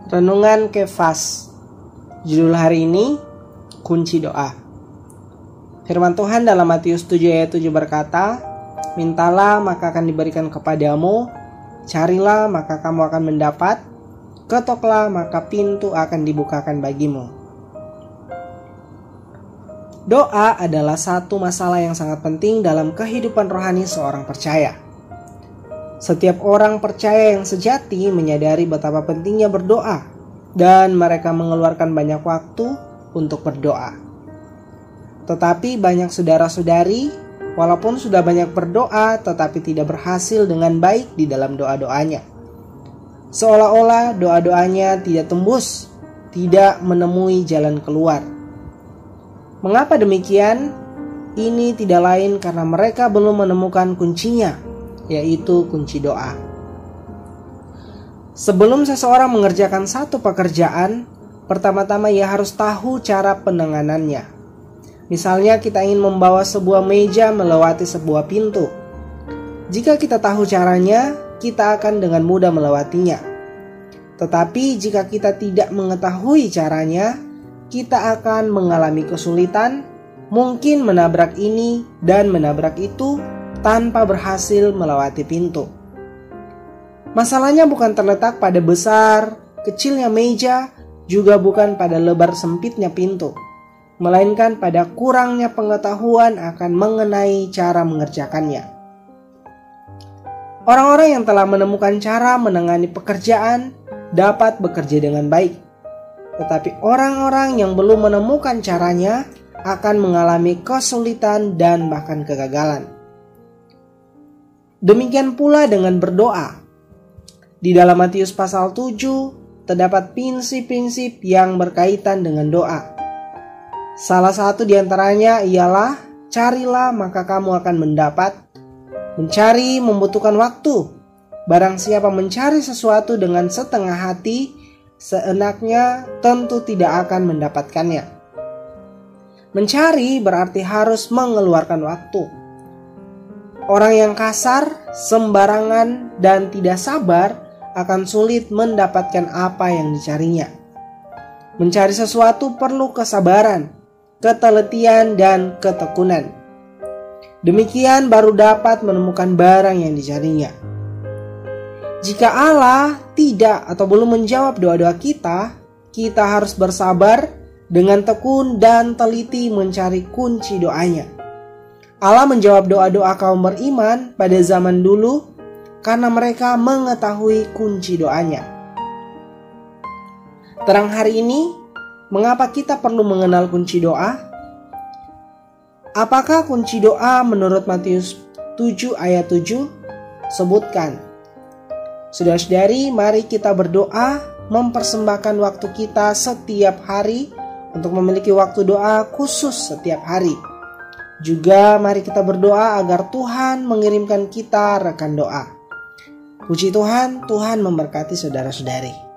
Renungan Kefas. Judul hari ini, kunci doa. Firman Tuhan dalam Matius 7 ayat 7 berkata, "Mintalah maka akan diberikan kepadamu, carilah maka kamu akan mendapat, ketoklah maka pintu akan dibukakan bagimu." Doa adalah satu masalah yang sangat penting dalam kehidupan rohani seorang percaya. Setiap orang percaya yang sejati menyadari betapa pentingnya berdoa, dan mereka mengeluarkan banyak waktu untuk berdoa. Tetapi banyak saudara-saudari, walaupun sudah banyak berdoa, tetapi tidak berhasil dengan baik di dalam doa-doanya. Seolah-olah doa-doanya tidak tembus, tidak menemui jalan keluar. Mengapa demikian? Ini tidak lain karena mereka belum menemukan kuncinya, yaitu kunci doa. Sebelum seseorang mengerjakan satu pekerjaan, pertama-tama ia harus tahu cara penanganannya. Misalnya kita ingin membawa sebuah meja melewati sebuah pintu. Jika kita tahu caranya, kita akan dengan mudah melewatinya. Tetapi jika kita tidak mengetahui caranya, kita akan mengalami kesulitan, mungkin menabrak ini dan menabrak itu, tanpa berhasil melewati pintu. Masalahnya bukan terletak pada besar, kecilnya meja, juga bukan pada lebar sempitnya pintu, melainkan pada kurangnya pengetahuan akan mengenai cara mengerjakannya. Orang-orang yang telah menemukan cara menangani pekerjaan dapat bekerja dengan baik, tetapi orang-orang yang belum menemukan caranya akan mengalami kesulitan dan bahkan kegagalan. Demikian pula dengan berdoa. Di dalam Matius pasal 7 terdapat prinsip-prinsip yang berkaitan dengan doa. Salah satu di antaranya ialah carilah maka kamu akan mendapat. Mencari membutuhkan waktu. Barang siapa mencari sesuatu dengan setengah hati, seenaknya tentu tidak akan mendapatkannya. Mencari berarti harus mengeluarkan waktu. Orang yang kasar, sembarangan, dan tidak sabar akan sulit mendapatkan apa yang dicarinya. Mencari sesuatu perlu kesabaran, ketelitian, dan ketekunan. Demikian baru dapat menemukan barang yang dicarinya. Jika Allah tidak atau belum menjawab doa-doa kita, kita harus bersabar dengan tekun dan teliti mencari kunci doanya. Allah menjawab doa-doa kaum beriman pada zaman dulu karena mereka mengetahui kunci doanya. Terang hari ini, mengapa kita perlu mengenal kunci doa? Apakah kunci doa menurut Matius 7 ayat 7? Sebutkan. Saudara-saudari, mari kita berdoa, mempersembahkan waktu kita setiap hari untuk memiliki waktu doa khusus setiap hari. Juga mari kita berdoa agar Tuhan mengirimkan kita rekan doa. Puji Tuhan, Tuhan memberkati saudara-saudari.